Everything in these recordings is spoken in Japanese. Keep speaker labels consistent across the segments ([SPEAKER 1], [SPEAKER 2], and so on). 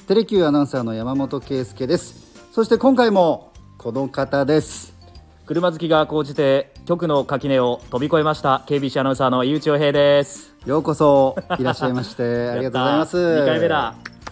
[SPEAKER 1] テレキューアナウンサーの山本圭介です。そして今回もこの方です。
[SPEAKER 2] 車好きが高じて局の垣根を飛び越えました KBC アナウンサーの井内洋平です。
[SPEAKER 1] ようこそいらっしゃいましてありがとうございます。
[SPEAKER 2] 2回目だ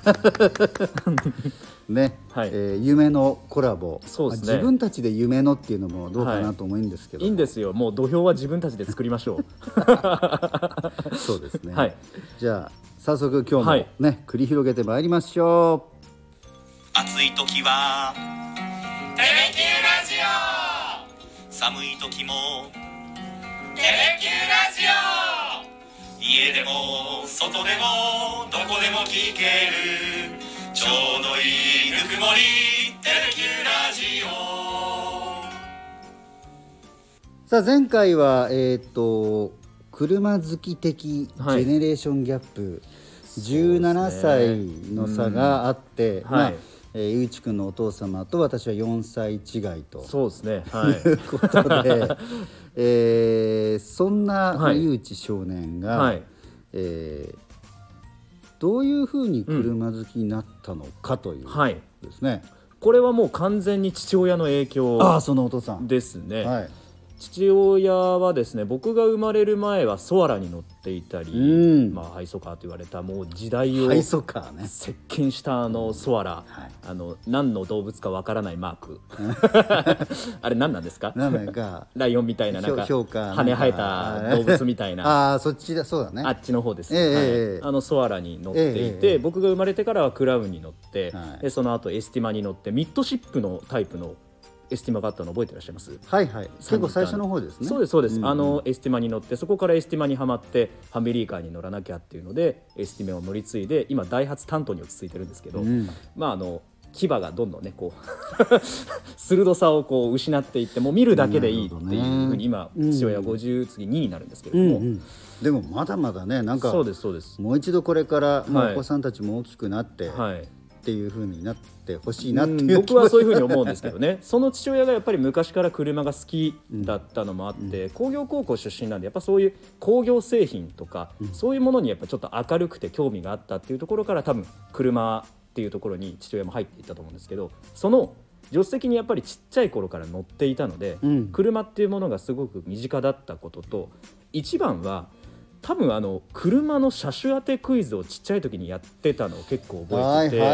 [SPEAKER 1] ね、
[SPEAKER 2] はい、
[SPEAKER 1] 夢のコラボ。
[SPEAKER 2] そうですね、
[SPEAKER 1] 自分たちで夢のっていうのもどうかなと思うんですけど、
[SPEAKER 2] いいんですよ。もう土俵は自分たちで作りましょう
[SPEAKER 1] そうですね、
[SPEAKER 2] はい、
[SPEAKER 1] じゃあ早速今日もね、はい、繰り広げてまいりましょう。
[SPEAKER 3] 暑い時はテレキューラジオ、寒い時もテレキューラジオ、家でも外でもどこでも聞けるちょうどいいぬくもりテレキューラジオ。
[SPEAKER 1] さあ前回は車好き的ジェネレーションギャップ、17歳の差があって、井内くんのお父様と私は4歳違いと
[SPEAKER 2] そうですね、はい、
[SPEAKER 1] いうことで、そんな井内少年が、はい、どういうふうに車好きになったのかというですね、
[SPEAKER 2] これはもう完全に父親の影響
[SPEAKER 1] そのお父さん
[SPEAKER 2] ですね、
[SPEAKER 1] はい、
[SPEAKER 2] 父親はですね、僕が生まれる前はソアラに乗っていたり、ハイソカーと言われたもう時代を席巻したソアラ、何の動物かわからないマークあれ何なんですかライオンみたいな、なんか羽生えた動物みたいな
[SPEAKER 1] そっちだ、そうだね、
[SPEAKER 2] あっちの方です、ソアラに乗っていて、僕が生まれてからはクラウンに乗って、でその後エスティマに乗って、ミッドシップのタイプのエスティマがあったの覚えてらっしゃいます？
[SPEAKER 1] はいはい、結構最初の方ですね。
[SPEAKER 2] そうですそうです、エスティマに乗って、そこからエスティマにはまってファミリーカーに乗らなきゃっていうのでエスティマを乗り継いで、今ダイハツ担当に落ち着いてるんですけど、牙がどんどんねこう鋭さをこう失っていって、もう見るだけでいいっていうふうに今、父親は50次2になるんですけれども、
[SPEAKER 1] でもまだまだね、なんか
[SPEAKER 2] そうですそうです、
[SPEAKER 1] もう一度これからお子さんたちも大きくなって、っていう風になってほしいなっていう、
[SPEAKER 2] 僕はそういう風に思うんですけどねその父親がやっぱり昔から車が好きだったのもあって、工業高校出身なんで、やっぱそういう工業製品とか、そういうものにやっぱちょっと明るくて興味があったっていうところから、多分車っていうところに父親も入っていったと思うんですけど、その助手席にやっぱりちっちゃい頃から乗っていたので、車っていうものがすごく身近だったことと、一番は多分車の車種当てクイズをちっちゃい時にやってたのを結構覚えてて、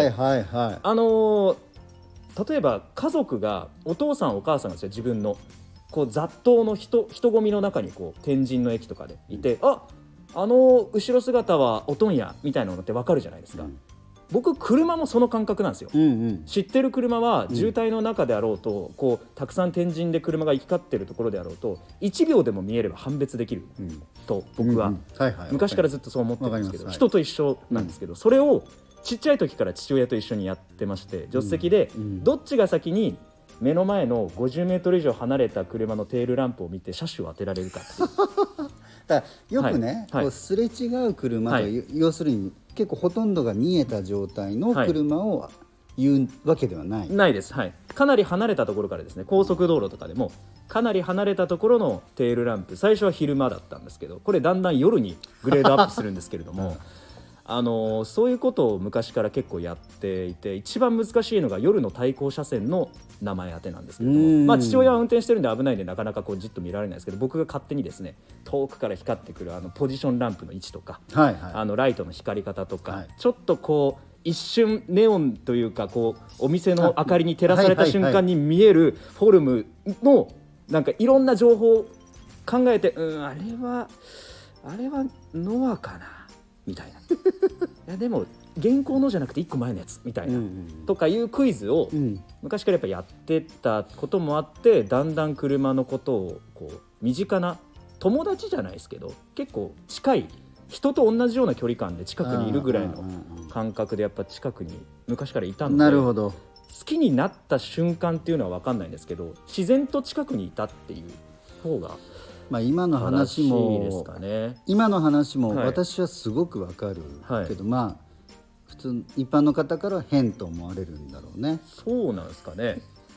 [SPEAKER 2] 例えば家族がお父さんお母さんがですよ、自分のこう雑踏の人混みの中にこう天神の駅とかでいて、後ろ姿はおとんやみたいなのって分かるじゃないですか。僕車もその感覚なんですよ、知ってる車は渋滞の中であろうと、こうたくさん天神で車が行き交ってるところであろうと、1秒でも見えれば判別できると僕は昔からずっとそう思ってるんですけど、人と一緒なんですけど、それをちっちゃい時から父親と一緒にやってまして、助手席でどっちが先に目の前の50メートル以上離れた車のテールランプを見て車種を当てられるかっていう
[SPEAKER 1] だよくね、こうすれ違う車と、要するに結構ほとんどが見えた状態の車を言うわけではない、
[SPEAKER 2] ないです、かなり離れたところからですね、高速道路とかでもかなり離れたところのテールランプ、最初は昼間だったんですけど、これだんだん夜にグレードアップするんですけれどもそういうことを昔から結構やっていて、一番難しいのが夜の対向車線の名前当てなんですけれども、父親は運転してるんで危ないんでなかなかこうじっと見られないですけど、僕が勝手にですね、遠くから光ってくるポジションランプの位置とか、ライトの光り方とか、ちょっとこう一瞬ネオンというか、こうお店の明かりに照らされた瞬間に見えるフォルムのなんかいろんな情報を考えて、あれはノアかなみたいな、いやでも現行のじゃなくて1個前のやつみたいな、とかいうクイズを昔からやっぱやってたこともあって、だんだん車のことをこう身近な友達じゃないですけど、結構近い人と同じような距離感で近くにいるぐらいの感覚でやっぱ近くに昔からいたので、
[SPEAKER 1] なるほど、
[SPEAKER 2] 好きになった瞬間っていうのは分かんないんですけど、自然と近くにいたっていう方が
[SPEAKER 1] 今の話も私はすごくわかるけど、普通一般の方からは変と思われるんだろうね。
[SPEAKER 2] そうなんですかね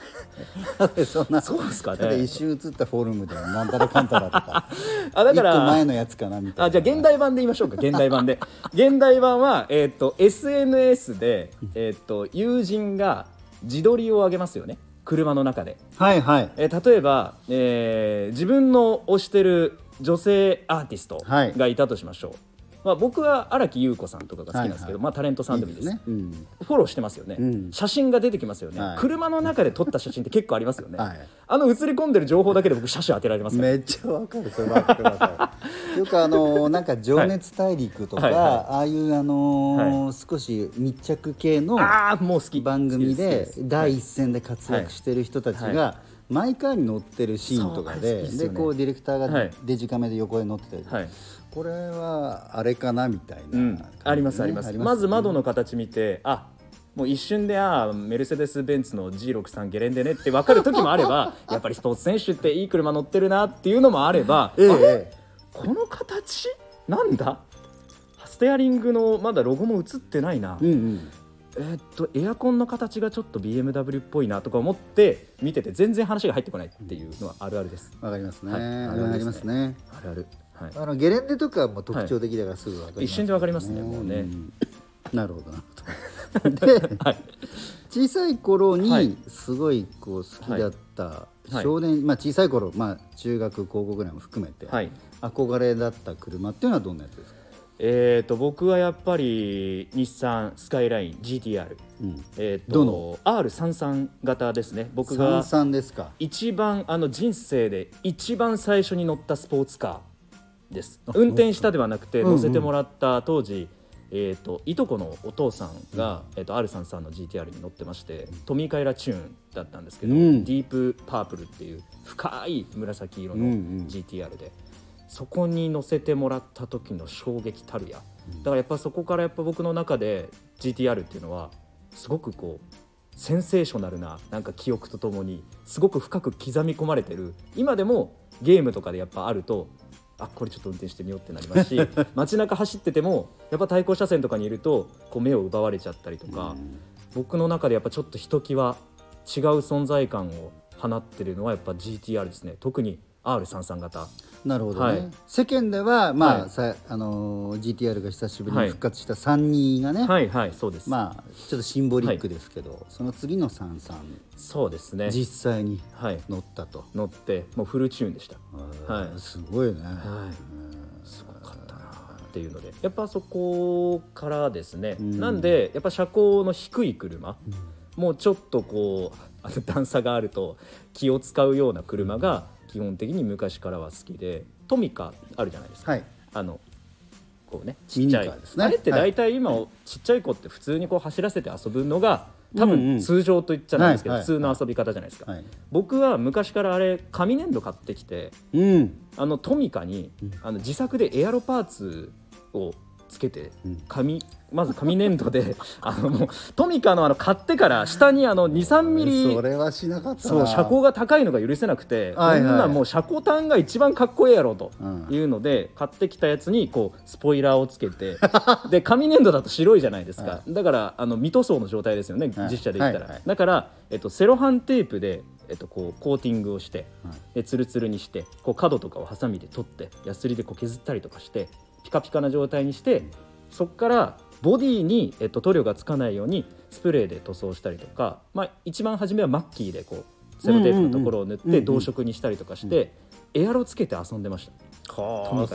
[SPEAKER 1] そんな
[SPEAKER 2] そうですかね。
[SPEAKER 1] だって一瞬映ったフォルムでなんたらかんたらとか
[SPEAKER 2] あだか
[SPEAKER 1] 一個前
[SPEAKER 2] ら
[SPEAKER 1] のやつかなみたいな。
[SPEAKER 2] じゃあ現代版で言いましょうか。現代版で現代版は、SNS で、友人が自撮りを上げますよね、車の中で。
[SPEAKER 1] はいはい。
[SPEAKER 2] 例えば、自分の推してる女性アーティストがいたとしましょう、まあ、僕は荒木優子さんとかが好きなんですけど、まあ、タレントさんでもいいです。
[SPEAKER 1] ね、
[SPEAKER 2] フォローしてますよね、写真が出てきますよね、車の中で撮った写真って結構ありますよね、映り込んでる情報だけで僕車種当てられますから。
[SPEAKER 1] めっちゃわかる、それわかるわかる。よくなんか情熱大陸とか、ああいう少し密着系の
[SPEAKER 2] もう好き
[SPEAKER 1] 番組で第一線で活躍してる人たちがマイカーに乗ってるシーンとかで、でこうディレクターがデジカメで横で乗ってたり、これはあれかなみたいな、
[SPEAKER 2] ありますあります。まず窓の形見て、もう一瞬でメルセデス・ベンツの G63 ゲレンデねって分かる時もあればやっぱりスポーツ選手っていい車乗ってるなっていうのもあれば、この形なんだ、ステアリングのまだロゴも映ってないな、エアコンの形がちょっと BMW っぽいなとか思って見てて全然話が入ってこないっていうのはあるあるです。
[SPEAKER 1] わかりますね、ありますね。
[SPEAKER 2] あるある。
[SPEAKER 1] ゲレンデとかも特徴的だからすぐ分かります、
[SPEAKER 2] 一瞬で分かりますね、もうね。
[SPEAKER 1] なるほどなで、小さい頃にすごいこう好きだった少年、小さい頃、中学高校ぐらいも含めて、憧れだった車っていうのはどんなやつですか？
[SPEAKER 2] 僕はやっぱり日産スカイライン GTR、
[SPEAKER 1] どの
[SPEAKER 2] R33 型ですね。僕が
[SPEAKER 1] 33ですか？
[SPEAKER 2] 一番人生で一番最初に乗ったスポーツカーです。運転したではなくて乗せてもらった当時、いとこのお父さんが、R33 の GTR に乗ってまして、トミカエラチューンだったんですけど、ディープパープルっていう深い紫色の GTR で、そこに乗せてもらった時の衝撃たるや、だからやっぱそこからやっぱ僕の中で GTR っていうのはすごくこうセンセーショナルななんか記憶とともにすごく深く刻み込まれてる。今でもゲームとかでやっぱあるとこれちょっと運転してみようってなりますし街中走っててもやっぱ対向車線とかにいるとこう目を奪われちゃったりとか、僕の中でやっぱちょっとひときわ違う存在感を放ってるのはやっぱ GTR ですね。特に R33 型。
[SPEAKER 1] なるほどね、世間では、GTR が久しぶりに復活した32がね、
[SPEAKER 2] そうです。
[SPEAKER 1] ちょっとシンボリックですけど、その次の33、
[SPEAKER 2] そうですね、
[SPEAKER 1] 実際に乗ったと、
[SPEAKER 2] 乗ってもうフルチューンでした。
[SPEAKER 1] すごいね、
[SPEAKER 2] すごかったなっていうので、やっぱそこからですね、なんでやっぱ車高の低い車、もうちょっとこう段差があると気を使うような車が基本的に昔からは好きで、トミカあるじゃないですか、こうね、ちっちゃい、あれって大体今、ちっちゃい子って普通にこう走らせて遊ぶのが多分通常と言っちゃないんですけど、普通の遊び方じゃないですか。僕は昔からあれ紙粘土買ってきて、トミカに自作でエアロパーツをつけて、まず紙粘土でもうトミカの買ってから下に2、3ミリ、
[SPEAKER 1] それはしなかったな。
[SPEAKER 2] そう、車高が高いのが許せなくて、こんなもう車高端が一番かっこいいやろというので、買ってきたやつにこうスポイラーをつけてで紙粘土だと白いじゃないですか、だから未塗装の状態ですよね、実写で言ったら。だから、セロハンテープでこうコーティングをして、でツルツルにして、こう角とかをハサミで取ってヤスリでこう削ったりとかしてピカピカな状態にして、そこからボディに、塗料がつかないようにスプレーで塗装したりとか、一番初めはマッキーでこうセロテープのところを塗って同色にしたりとかして、エアロつけて遊んでました。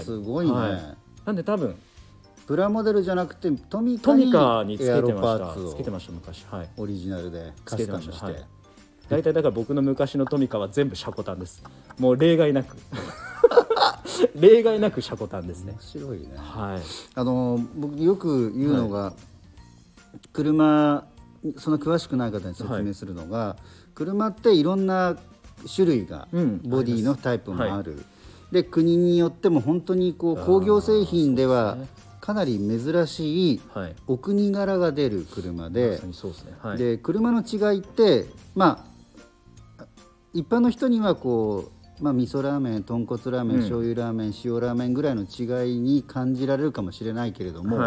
[SPEAKER 1] すごいね、
[SPEAKER 2] なんで多分
[SPEAKER 1] プラモデルじゃなくてトミカ
[SPEAKER 2] につけてました。つけてました昔、
[SPEAKER 1] オリジナルでカスタムして、
[SPEAKER 2] 大体だから僕の昔のトミカは全部シャコタンです。もう例外なく例外なくシャコタンですね。
[SPEAKER 1] 面白いね。
[SPEAKER 2] 僕
[SPEAKER 1] よく言うのが、車その詳しくない方に説明するのが、車っていろんな種類が、ボディのタイプもある、で国によっても本当にこう工業製品ではかなり珍しいお国柄が出る車で、で車の違いって一般の人にはこう味噌ラーメン、豚骨ラーメン、醤油ラーメン、塩ラーメンぐらいの違いに感じられるかもしれないけれども、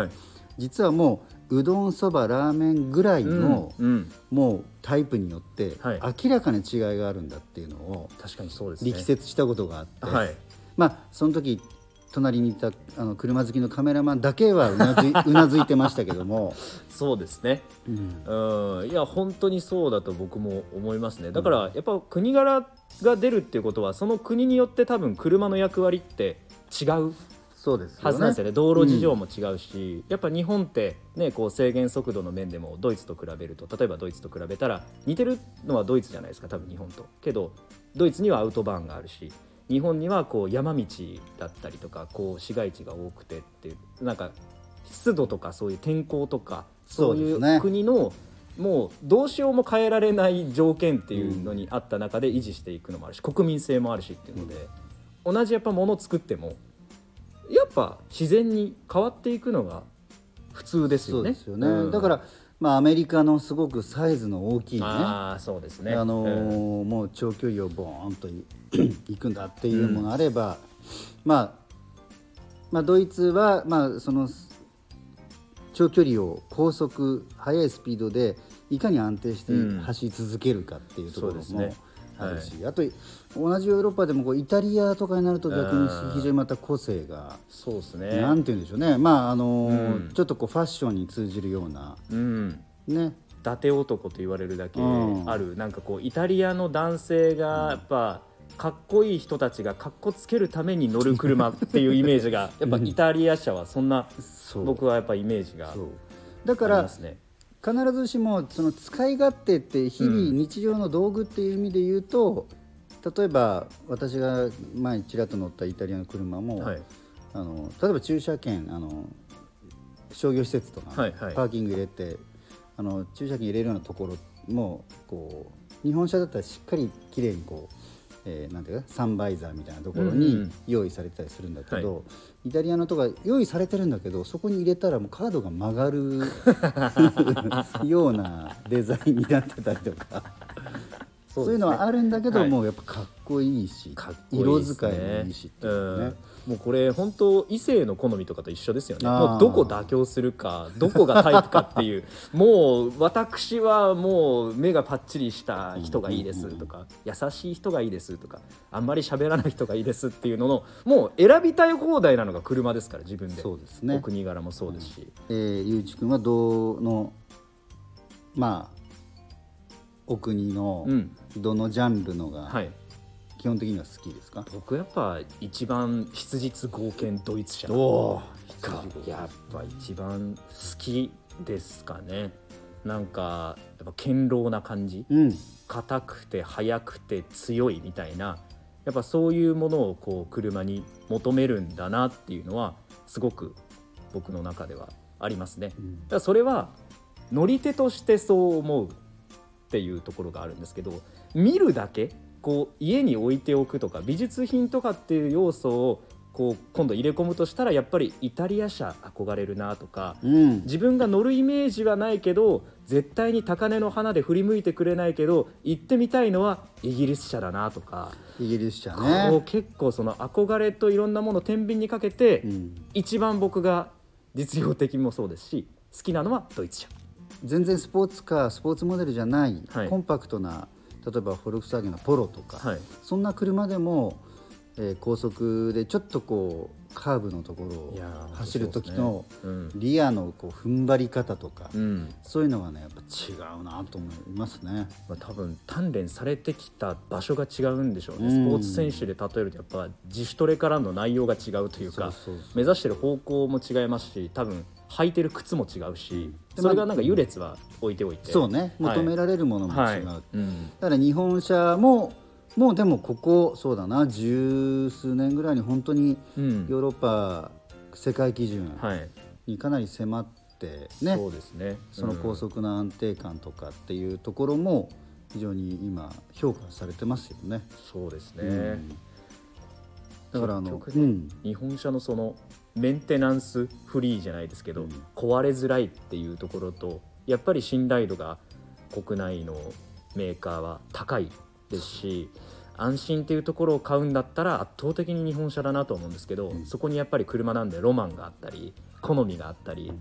[SPEAKER 1] 実はもううどんそばラーメンぐらいの、もうタイプによって明らかに違いがあるんだっていうのを
[SPEAKER 2] 確かにそうですね、
[SPEAKER 1] 力説したことがあって、まあその時隣にいた車好きのカメラマンだけはうなずいてましたけども
[SPEAKER 2] そうですね、いや本当にそうだと僕も思いますね。だからやっぱ国柄が出るっていうことはその国によって多分車の役割って違う
[SPEAKER 1] そうですよね、
[SPEAKER 2] はずなんですよね。道路事情も違うし、やっぱ日本ってねこう制限速度の面でもドイツと比べると、例えばドイツと比べたら似てるのはドイツじゃないですか多分日本と。けどドイツにはアウトバーンがあるし、日本にはこう山道だったりとかこう市街地が多くてっていう、なんか湿度とかそういう天候とかそういう国のもうどうしようも変えられない条件っていうのにあった中で維持していくのもあるし、国民性もあるしっていうので、同じやっぱものを作ってもやっぱ自然に変わっていくのが普通ですよね。
[SPEAKER 1] そうですよね、だから、まあ、アメリカのすごくサイズの大きいね、
[SPEAKER 2] そうですね、
[SPEAKER 1] もう長距離をボーンと行くんだっていうものがあれば、まあドイツは、まあ、その長距離を高速速いスピードでいかに安定して走り続けるかっていうところもあるし、あと同じヨーロッパでもこうイタリアとかになると逆に非常にまた個性が、
[SPEAKER 2] そうですね、
[SPEAKER 1] なんて言うんでしょうね、まあちょっとこうファッションに通じるような、ね、
[SPEAKER 2] 伊達男と言われるだけある、なんかこうイタリアの男性がやっぱかっこいい人たちがかっこつけるために乗る車っていうイメージがやっぱイタリア車はそんな僕はやっぱイメージがありますね。
[SPEAKER 1] だから必ずしもその使い勝手って日々日常の道具っていう意味で言うと、例えば私が前にちらっと乗ったイタリアの車も、例えば駐車券商業施設とか、パーキング入れて駐車券入れるようなところもこう日本車だったらしっかりきれいにこうなんていうかサンバイザーみたいなところに用意されてたりするんだけど、イタリアのとか用意されてるんだけどそこに入れたらもうカードが曲がるようなデザインになってたりとかそういうのはあるんだけど、もうやっぱかっこいいし、色使いもいいしっていうね、
[SPEAKER 2] もうこれ本当異性の好みとかと一緒ですよね。もうどこ妥協するかどこがタイプかっていうもう私はもう目がパッチリした人がいいですとか、優しい人がいいですとか、あんまり喋らない人がいいですっていうののもう選びたい放題なのが車ですから、自分で。そうですね、お国柄もそうですし、
[SPEAKER 1] ゆうちくんはどのまあお国のどのジャンルのが基本的には好きですか？
[SPEAKER 2] 僕やっぱ一番質実剛健ドイツ車がやっぱ一番好きですかね。なんかやっぱ堅牢な感じ、硬くて速くて強いみたいな、やっぱそういうものをこう車に求めるんだなっていうのはすごく僕の中ではありますね。だからそれは乗り手としてそう思うっていうところがあるんですけど、見るだけこう家に置いておくとか美術品とかっていう要素をこう今度入れ込むとしたら、やっぱりイタリア車憧れるなとか、自分が乗るイメージはないけど絶対に高嶺の花で振り向いてくれないけど行ってみたいのはイギリス車だなとか、
[SPEAKER 1] イギリス車ね、こう
[SPEAKER 2] 結構その憧れといろんなものを天秤にかけて、一番僕が実用的もそうですし好きなのはドイツ車。
[SPEAKER 1] 全然スポーツカースポーツモデルじゃない、コンパクトな例えばフォルクスワーゲンのポロとか、そんな車でも、高速でちょっとこうカーブのところを走る時のリアのこう踏ん張り方とか、そういうのがねやっぱ違うなと思いますね。
[SPEAKER 2] 多分鍛錬されてきた場所が違うんでしょうね。スポーツ選手で例えるとやっぱ自主トレからの内容が違うというか、目指してる方向も違いますし、多分履いてる靴も違うし、それがなんか優劣は置いておいて、
[SPEAKER 1] そうね、求められるものも違う、だから日本車もうでもここそうだな十数年ぐらいに本当にヨーロッパ世界基準にかなり迫ってね、
[SPEAKER 2] そうですね、
[SPEAKER 1] その高速な安定感とかっていうところも非常に今評価されてますよね。
[SPEAKER 2] そうですね、だから日本車のそのメンテナンスフリーじゃないですけど、壊れづらいっていうところと、やっぱり信頼度が国内のメーカーは高いですし、安心っていうところを買うんだったら圧倒的に日本車だなと思うんですけど、そこにやっぱり車なんでロマンがあったり好みがあったり、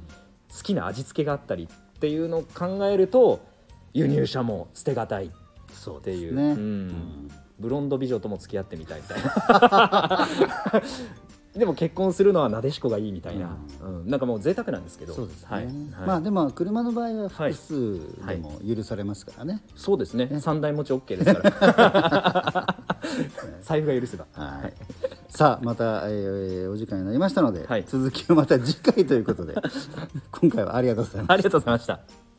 [SPEAKER 2] 好きな味付けがあったりっていうのを考えると輸入車も捨てがたいっていう、
[SPEAKER 1] ね、
[SPEAKER 2] ブロンド美女とも付き合ってみたいみたいなでも結婚するのはなでしこがいいみたいな、なんかもう贅沢なんですけど。
[SPEAKER 1] そうですね、
[SPEAKER 2] はい、
[SPEAKER 1] まあでも車の場合は複数でも許されますからね、
[SPEAKER 2] そうですね、3台持ち OK ですから財布が許せば、
[SPEAKER 1] さあまた、お時間になりましたので、
[SPEAKER 2] はい、
[SPEAKER 1] 続きをまた次回ということで今回はありがとうございました。
[SPEAKER 2] ありがとうございました。